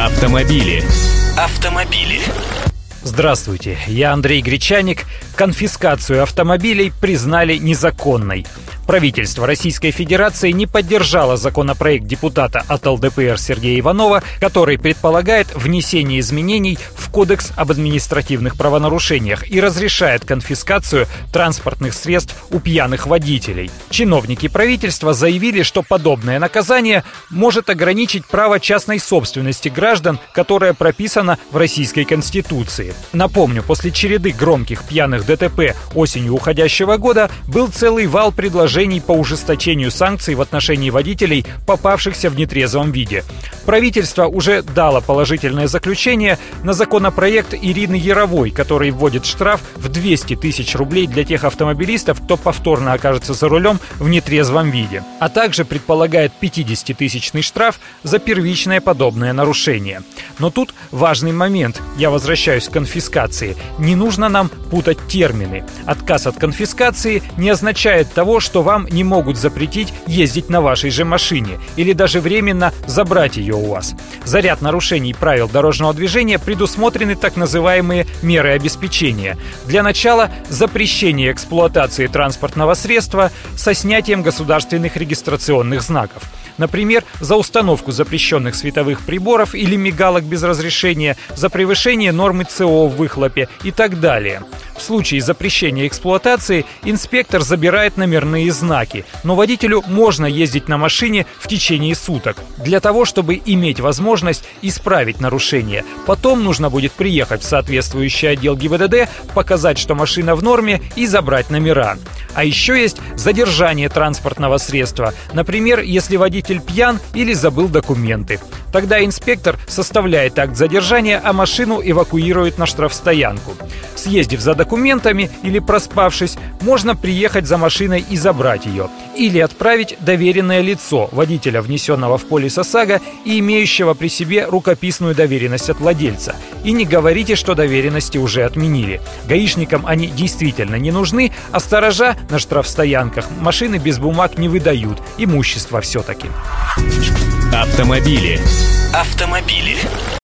Автомобили. Здравствуйте, я Андрей Гречаник. Конфискацию автомобилей признали незаконной. Правительство Российской Федерации не поддержало законопроект депутата от ЛДПР Сергея Иванова, который предполагает внесение изменений в Кодекс об административных правонарушениях и разрешает конфискацию транспортных средств у пьяных водителей. Чиновники правительства заявили, что подобное наказание может ограничить право частной собственности граждан, которое прописано в Российской Конституции. Напомню, после череды громких пьяных ДТП осенью уходящего года был целый вал предложений по ужесточению санкций в отношении водителей, попавшихся в нетрезвом виде. Правительство уже дало положительное заключение на законопроект Ирины Яровой, который вводит штраф в 200 тысяч рублей для тех автомобилистов, кто повторно окажется за рулем в нетрезвом виде, а также предполагает 50-тысячный штраф за первичное подобное нарушение. Но тут важный момент. Я возвращаюсь к конфискации. Не нужно нам путать термины. Отказ от конфискации не означает того, что вам не могут запретить ездить на вашей же машине или даже временно забрать ее у вас. За ряд нарушений правил дорожного движения предусмотрены так называемые меры обеспечения. Для начала запрещение эксплуатации транспортного средства со снятием государственных регистрационных знаков. Например, за установку запрещенных световых приборов или мигалок без разрешения, за превышение нормы СО в выхлопе и так далее. В случае запрещения эксплуатации инспектор забирает номерные знаки, но водителю можно ездить на машине в течение суток. Для того, чтобы иметь возможность исправить нарушение, потом нужно будет приехать в соответствующий отдел ГИБДД, показать, что машина в норме, и забрать номера. А еще есть задержание транспортного средства, например, если водитель пьян или забыл документы. Тогда инспектор составляет акт задержания, а машину эвакуирует на штрафстоянку. Съездив за документами или проспавшись, можно приехать за машиной и забрать ее. Или отправить доверенное лицо водителя, внесенного в полис ОСАГО и имеющего при себе рукописную доверенность от владельца. И не говорите, что доверенности уже отменили. Гаишникам они действительно не нужны, а сторожа на штрафстоянках машины без бумаг не выдают. Имущество все-таки. Автомобили.